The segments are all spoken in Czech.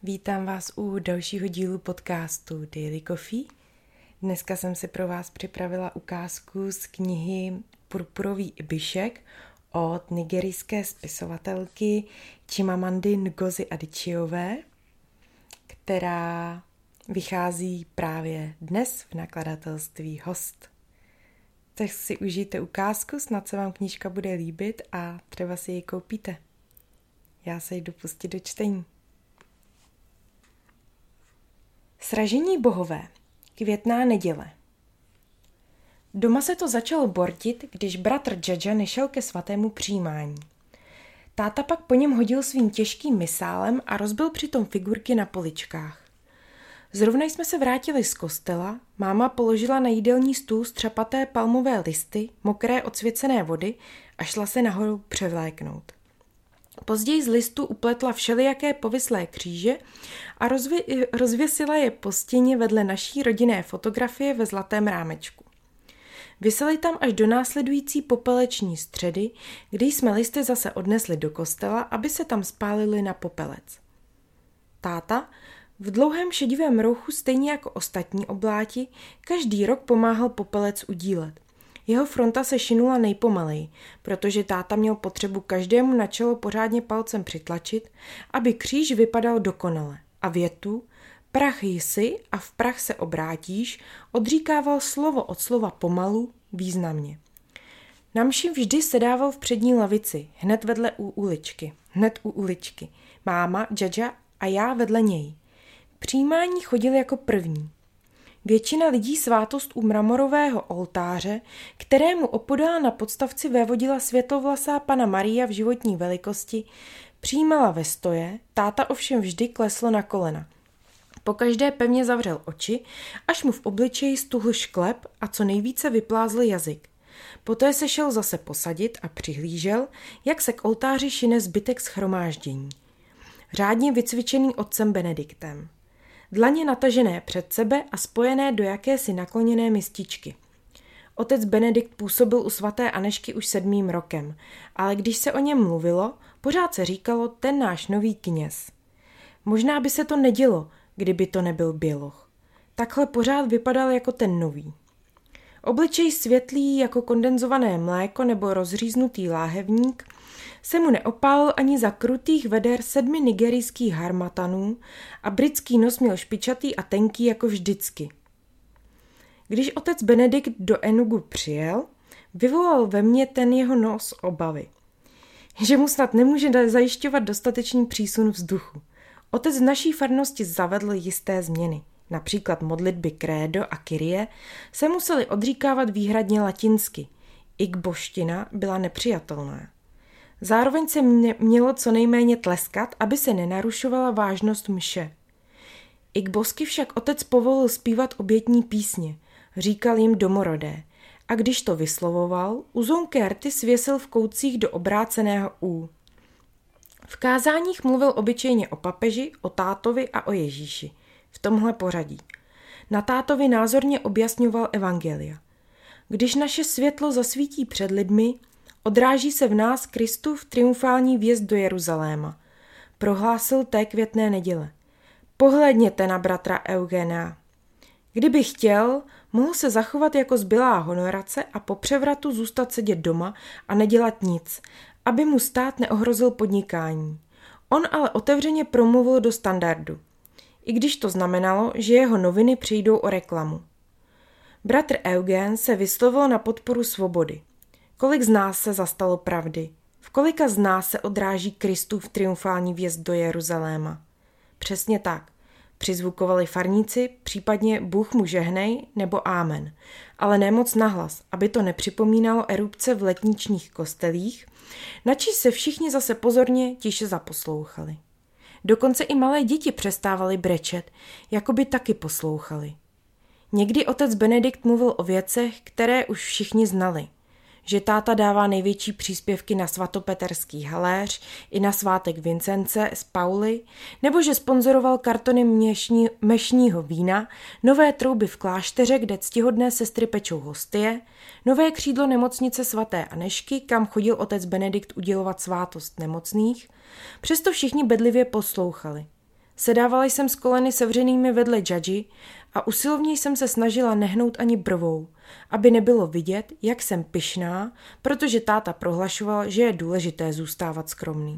Vítám vás u dalšího dílu podcastu Daily Coffee. Dneska jsem si pro vás připravila ukázku z knihy Purpurový ibišek od nigerijské spisovatelky Chimamandy Ngozi Adichieové, která vychází právě dnes v nakladatelství Host. Tak si užijte ukázku, snad se vám knížka bude líbit a třeba si ji koupíte. Já se jdu pustit do čtení. Sražení bohové. Květná neděle. Doma se to začalo bortit, když bratr Džadža nešel ke svatému přijímání. Táta pak po něm hodil svým těžkým misálem a rozbil přitom figurky na poličkách. Zrovna jsme se vrátili z kostela, máma položila na jídelní stůl střapaté palmové listy, mokré od svěcené vody a šla se nahoru převléknout. Později z listu upletla všelijaké povislé kříže a rozvěsila je po stěně vedle naší rodinné fotografie ve zlatém rámečku. Visely tam až do následující popeleční středy, kdy jsme listy zase odnesli do kostela, aby se tam spálily na popelec. Táta v dlouhém šedivém rouchu, stejně jako ostatní obláti, každý rok pomáhal popelec udílet. Jeho fronta se šinula nejpomaleji, protože táta měl potřebu každému na čelo pořádně palcem přitlačit, aby kříž vypadal dokonale. A větu prach jsi a v prach se obrátíš odříkával slovo od slova pomalu, významně. Na mši vždy sedával v přední lavici, hned u uličky. Máma, Džadža a já vedle něj. Přijímání chodil jako první. Většina lidí svátost u mramorového oltáře, kterému opodál na podstavci vévodila světlovlasá Panna Maria v životní velikosti, přijímala ve stoje, táta ovšem vždy klesl na kolena. Pokaždé pevně zavřel oči, až mu v obličeji stuhl šklep a co nejvíce vyplázl jazyk. Poté se šel zase posadit a přihlížel, jak se k oltáři šine zbytek shromáždění. Řádně vycvičený otcem Benediktem. Dlaně natažené před sebe a spojené do jakési nakloněné mističky. Otec Benedikt působil u svaté Anežky už 7. rokem, ale když se o něm mluvilo, pořád se říkalo ten náš nový kněz. Možná by se to nedělo, kdyby to nebyl běloch. Takhle pořád vypadal jako ten nový. Obličej světlý jako kondenzované mléko nebo rozříznutý láhevník se mu neopálil ani za krutých veder 7 nigerijských harmatanů a britský nos měl špičatý a tenký jako vždycky. Když otec Benedikt do Enugu přijel, vyvolal ve mně ten jeho nos obavy. Že mu snad nemůže zajišťovat dostatečný přísun vzduchu. Otec v naší farnosti zavedl jisté změny. Například modlitby Credo a Kyrie se musely odříkávat výhradně latinsky. Igboština byla nepřijatelná. Zároveň se mělo co nejméně tleskat, aby se nenarušovala vážnost mše. Igbosky však otec povolil zpívat obětní písně, říkal jim domorodé, a když to vyslovoval, uzonké rty svěsil v koutcích do obráceného U. V kázáních mluvil obyčejně o papeži, o tátovi a o Ježíši, v tomhle pořadí. Na tátovi názorně objasňoval evangelia. Když naše světlo zasvítí před lidmi, odráží se v nás Kristův triumfální vjezd do Jeruzaléma. Prohlásil té květné neděle. Pohlédněte na bratra Eugena. Kdyby chtěl, mohl se zachovat jako zbylá honorace a po převratu zůstat sedět doma a nedělat nic, aby mu stát neohrozil podnikání. On ale otevřeně promluvil do Standardu. I když to znamenalo, že jeho noviny přijdou o reklamu. Bratr Eugen se vyslovil na podporu svobody. Kolik z nás se zastalo pravdy? V kolika z nás se odráží Kristův triumfální vjezd do Jeruzaléma? Přesně tak. Přizvukovali farníci, případně Bůh mu žehnej nebo Amen, ale ne moc nahlas, aby to nepřipomínalo erupce v letničních kostelích, načíž se všichni zase pozorně tiše zaposlouchali. Dokonce i malé děti přestávali brečet, jako by taky poslouchali. Někdy otec Benedikt mluvil o věcech, které už všichni znali. Že táta dává největší příspěvky na svatopeterský haléř i na svátek Vincence z Pauly, nebo že sponzoroval kartony mešního vína, nové trouby v klášteře, kde ctihodné sestry pečou hostie, nové křídlo nemocnice svaté Anežky, kam chodil otec Benedikt udělovat svátost nemocných. Přesto všichni bedlivě poslouchali. Sedávala jsem s koleny sevřenými vedle Judgy a usilovně jsem se snažila nehnout ani brvou, aby nebylo vidět, jak jsem pyšná, protože táta prohlašoval, že je důležité zůstávat skromný.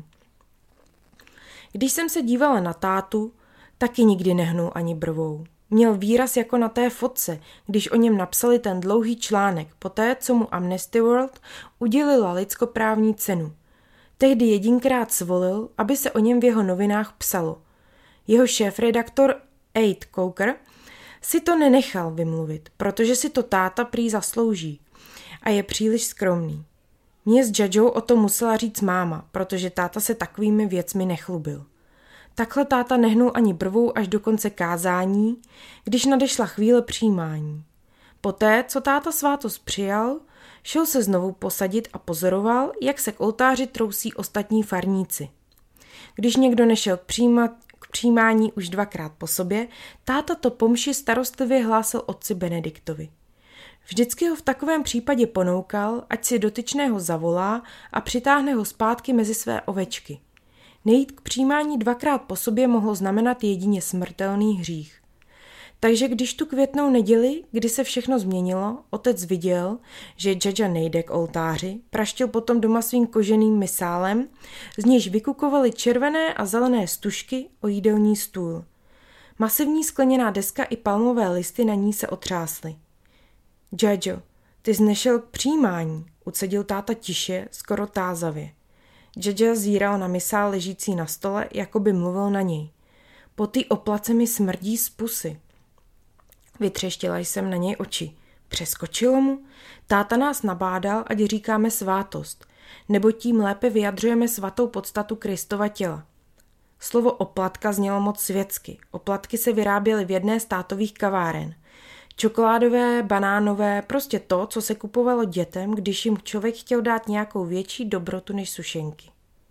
Když jsem se dívala na tátu, taky nikdy nehnul ani brvou. Měl výraz jako na té fotce, když o něm napsali ten dlouhý článek, poté, co mu Amnesty World udělila lidskoprávní cenu. Tehdy jedinkrát svolil, aby se o něm v jeho novinách psalo. Jeho šéfredaktor Aid Coker si to nenechal vymluvit, protože si to táta prý zaslouží a je příliš skromný. Mně s Judgou o tom musela říct máma, protože táta se takovými věcmi nechlubil. Takhle táta nehnul ani brvou až do konce kázání, když nadešla chvíle přijímání. Poté, co táta svátost přijal, šel se znovu posadit a pozoroval, jak se k oltáři trousí ostatní farníci. Když někdo nešel k přijímání už 2krát po sobě, táta to po mši starostlivě hlásil otci Benediktovi. Vždycky ho v takovém případě ponoukal, ať si dotyčného zavolá a přitáhne ho zpátky mezi své ovečky. Nejít k přijímání 2krát po sobě mohlo znamenat jedině smrtelný hřích. Takže když tu květnou neděli, kdy se všechno změnilo, otec viděl, že Judga nejde k oltáři, praštil potom doma svým koženým misálem, z nějž vykukovaly červené a zelené stužky o jídelní stůl. Masivní skleněná deska i palmové listy na ní se otřásly. Judgo, ty jsi nešel k přijímání, ucedil táta tiše, skoro tázavě. Judga zíral na misál ležící na stole, jako by mluvil na něj. Po té oplace mi smrdí z pusy. Vytřeštila jsem na něj oči. Přeskočilo mu? Táta nás nabádal, ať říkáme svátost, nebo tím lépe vyjadřujeme svatou podstatu Kristova těla. Slovo oplatka znělo moc světsky. Oplatky se vyráběly v jedné z tátových kaváren. Čokoládové, banánové, prostě to, co se kupovalo dětem, když jim člověk chtěl dát nějakou větší dobrotu než sušenky.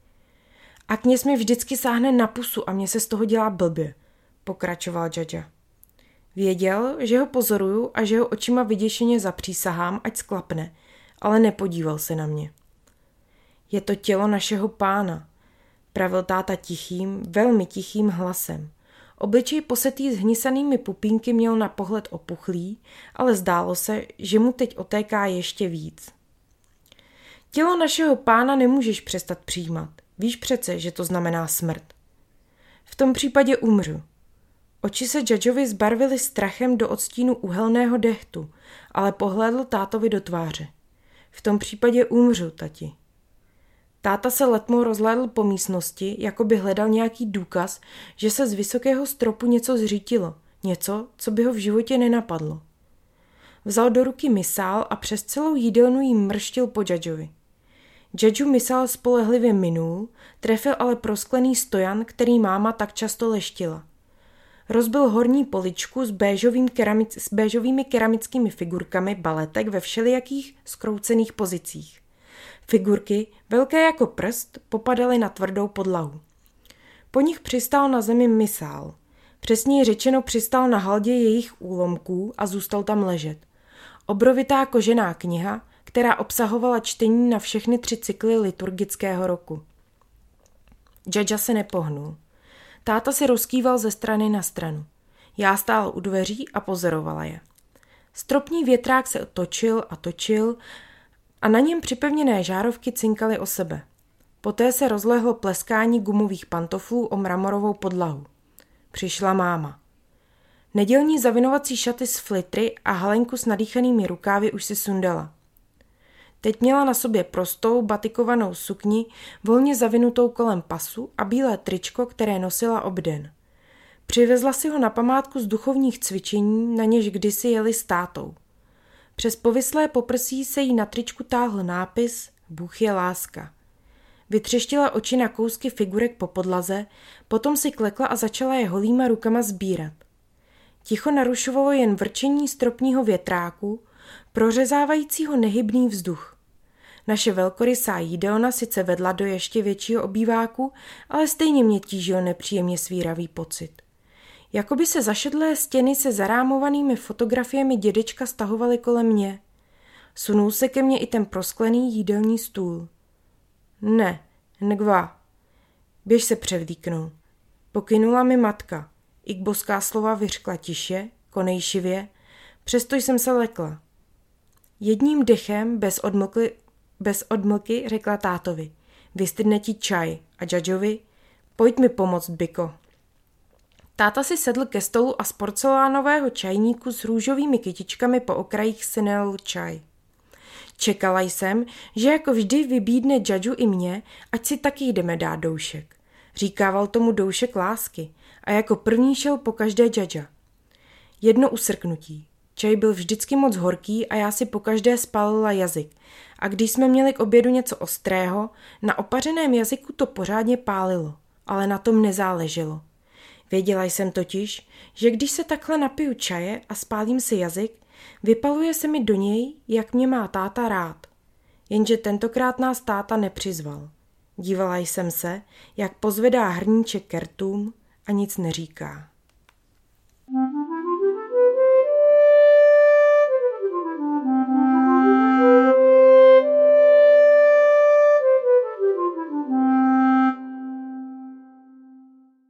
A kněz mi vždycky sáhne na pusu a mě se z toho dělá blbě, pokračoval Judga. Věděl, že ho pozoruju a že ho očima vyděšeně zapřísahám, ať sklapne, ale nepodíval se na mě. Je to tělo našeho pána, pravil táta tichým, velmi tichým hlasem. Obličej posetý s hnisanými pupínky měl na pohled opuchlý, ale zdálo se, že mu teď otéká ještě víc. Tělo našeho pána nemůžeš přestat přijímat. Víš přece, že to znamená smrt. V tom případě umřu. Oči se Judgovi zbarvily strachem do odstínu uhelného dehtu, ale pohlédl tátovi do tváře. V tom případě umřu, tati. Táta se letmo rozhlédl po místnosti, jako by hledal nějaký důkaz, že se z vysokého stropu něco zřítilo, něco, co by ho v životě nenapadlo. Vzal do ruky misál a přes celou jídelnu jí mrštil po Judgovi. Judgu misál spolehlivě minul, trefil ale prosklený stojan, který máma tak často leštila. Rozbil horní poličku s béžovými keramickými figurkami baletek ve všelijakých zkroucených pozicích. Figurky, velké jako prst, popadaly na tvrdou podlahu. Po nich přistál na zemi misál. Přesněji řečeno přistál na haldě jejich úlomků a zůstal tam ležet. Obrovitá kožená kniha, která obsahovala čtení na všechny 3 cykly liturgického roku. Judga se nepohnul. Táta se rozkýval ze strany na stranu. Já stál u dveří a pozorovala je. Stropní větrák se točil a točil a na něm připevněné žárovky cinkaly o sebe. Poté se rozlehlo pleskání gumových pantoflů o mramorovou podlahu. Přišla máma. Nedělní zavinovací šaty z flitry a halenku s nadýchanými rukávy už si sundala. Teď měla na sobě prostou, batikovanou sukni, volně zavinutou kolem pasu a bílé tričko, které nosila obden. Přivezla si ho na památku z duchovních cvičení, na něž kdysi jeli s tátou. Přes povislé poprsí se jí na tričku táhl nápis Bůh je láska. Vytřeštila oči na kousky figurek po podlaze, potom si klekla a začala je holýma rukama sbírat. Ticho narušovalo jen vrčení stropního větráku, prořezávajícího nehybný vzduch. Naše velkorysá jídelna sice vedla do ještě většího obýváku, ale stejně mě tížil nepříjemně svíravý pocit. Jakoby se zašedlé stěny se zarámovanými fotografiemi dědečka stahovaly kolem mě. Sunul se ke mně i ten prosklený jídelní stůl. Ne, ngva. Běž se převlíknout. Pokynula mi matka. Igboská slova vyřkla tiše, konejšivě, přesto jsem se lekla. Jedním dechem, bez odmlky, řekla tátovi. Vystydne ti čaj a Judgeovi, pojď mi pomoct, Biko. Táta si sedl ke stolu a z porcelánového čajníku s růžovými kytičkami po okrajích si nalil čaj. Čekala jsem, že jako vždy vybídne Judgeu i mě, ať si taky jdeme dát doušek. Říkával tomu doušek lásky a jako první šel po každé Judgea. Jedno usrknutí. Čaj byl vždycky moc horký a já si pokaždé spálila jazyk. A když jsme měli k obědu něco ostrého, na opařeném jazyku to pořádně pálilo, ale na tom nezáleželo. Věděla jsem totiž, že když se takhle napiju čaje a spálím si jazyk, vypaluje se mi do něj, jak mě má táta rád. Jenže tentokrát nás táta nepřizval. Dívala jsem se, jak pozvedá hrníček ke rtům a nic neříká.